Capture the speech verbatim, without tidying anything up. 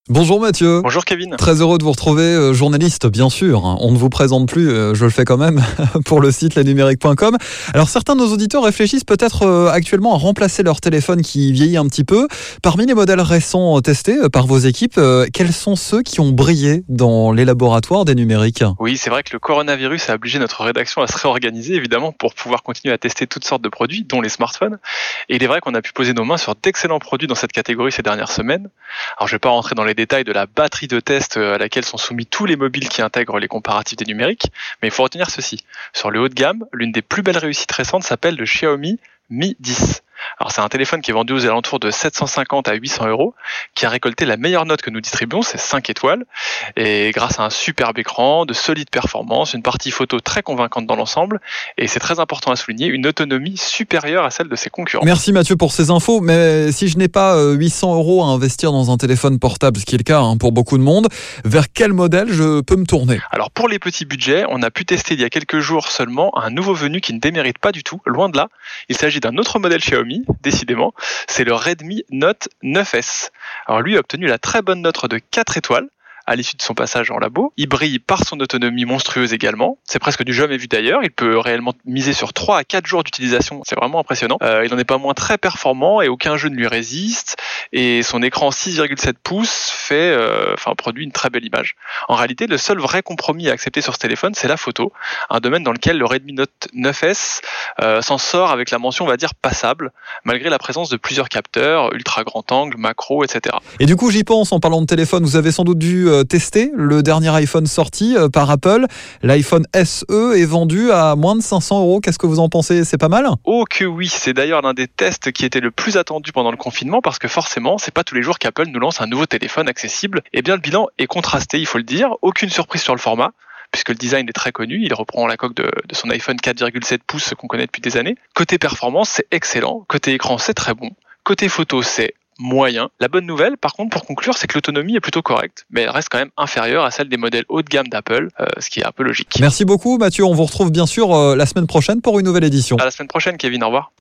Bonjour Mathieu. Bonjour Kevin. Très heureux de vous retrouver, euh, journaliste bien sûr. On ne vous présente plus, euh, je le fais quand même, pour le site lesnumériques point com. Alors certains de nos auditeurs réfléchissent peut-être euh, actuellement à remplacer leur téléphone qui vieillit un petit peu. Parmi les modèles récents euh, testés euh, par vos équipes, euh, quels sont ceux qui ont brillé dans les laboratoires des numériques ? Oui, c'est vrai que le coronavirus a obligé notre rédaction à se réorganiser évidemment pour pouvoir continuer à tester toutes sortes de produits, dont les smartphones. Et il est vrai qu'on a pu poser nos mains sur d'excellents produits dans cette catégorie ces dernières semaines. Alors je ne vais pas rentrer dans les détails de la batterie de test à laquelle sont soumis tous les mobiles qui intègrent les comparatifs des numériques, mais il faut retenir ceci. Sur le haut de gamme, l'une des plus belles réussites récentes s'appelle le Xiaomi Mi dix. Alors c'est un téléphone qui est vendu aux alentours de sept cent cinquante à huit cents euros, qui a récolté la meilleure note que nous distribuons, c'est cinq étoiles, et grâce à un superbe écran, de solides performances, une partie photo très convaincante dans l'ensemble, et c'est très important à souligner, une autonomie supérieure à celle de ses concurrents. Merci Mathieu pour ces infos, mais si je n'ai pas huit cents euros à investir dans un téléphone portable, ce qui est le cas hein, pour beaucoup de monde, vers quel modèle je peux me tourner ? Alors pour les petits budgets, on a pu tester il y a quelques jours seulement un nouveau venu qui ne démérite pas du tout, loin de là. Il s'agit d'un autre modèle Xiaomi, décidément, c'est le Redmi Note neuf S. Alors lui a obtenu la très bonne note de quatre étoiles à l'issue de son passage en labo. Il brille par son autonomie monstrueuse également. C'est presque du jamais vu d'ailleurs. Il peut réellement miser sur trois à quatre jours d'utilisation. C'est vraiment impressionnant. Euh, il n'en est pas moins très performant et aucun jeu ne lui résiste. Et son écran six virgule sept pouces fait, euh, enfin, produit une très belle image. En réalité, le seul vrai compromis à accepter sur ce téléphone, c'est la photo. Un domaine dans lequel le Redmi Note neuf S euh, s'en sort avec la mention, on va dire, passable, malgré la présence de plusieurs capteurs, ultra grand angle, macro, et cetera. Et du coup, j'y pense en parlant de téléphone. Vous avez sans doute dû euh, tester le dernier iPhone sorti euh, par Apple. L'iPhone S E est vendu à moins de cinq cents euros. Qu'est-ce que vous en pensez ? C'est pas mal ? Oh que oui, c'est d'ailleurs l'un des tests qui était le plus attendu pendant le confinement parce que forcément, c'est pas tous les jours qu'Apple nous lance un nouveau téléphone accessible. Eh bien, le bilan est contrasté, il faut le dire. Aucune surprise sur le format, puisque le design est très connu. Il reprend la coque de, de son iPhone quatre virgule sept pouces qu'on connaît depuis des années. Côté performance, c'est excellent. Côté écran, c'est très bon. Côté photo, c'est moyen. La bonne nouvelle, par contre, pour conclure, c'est que l'autonomie est plutôt correcte, mais elle reste quand même inférieure à celle des modèles haut de gamme d'Apple, euh, ce qui est un peu logique. Merci beaucoup Mathieu, on vous retrouve bien sûr euh, la semaine prochaine pour une nouvelle édition. À la semaine prochaine, Kevin, au revoir.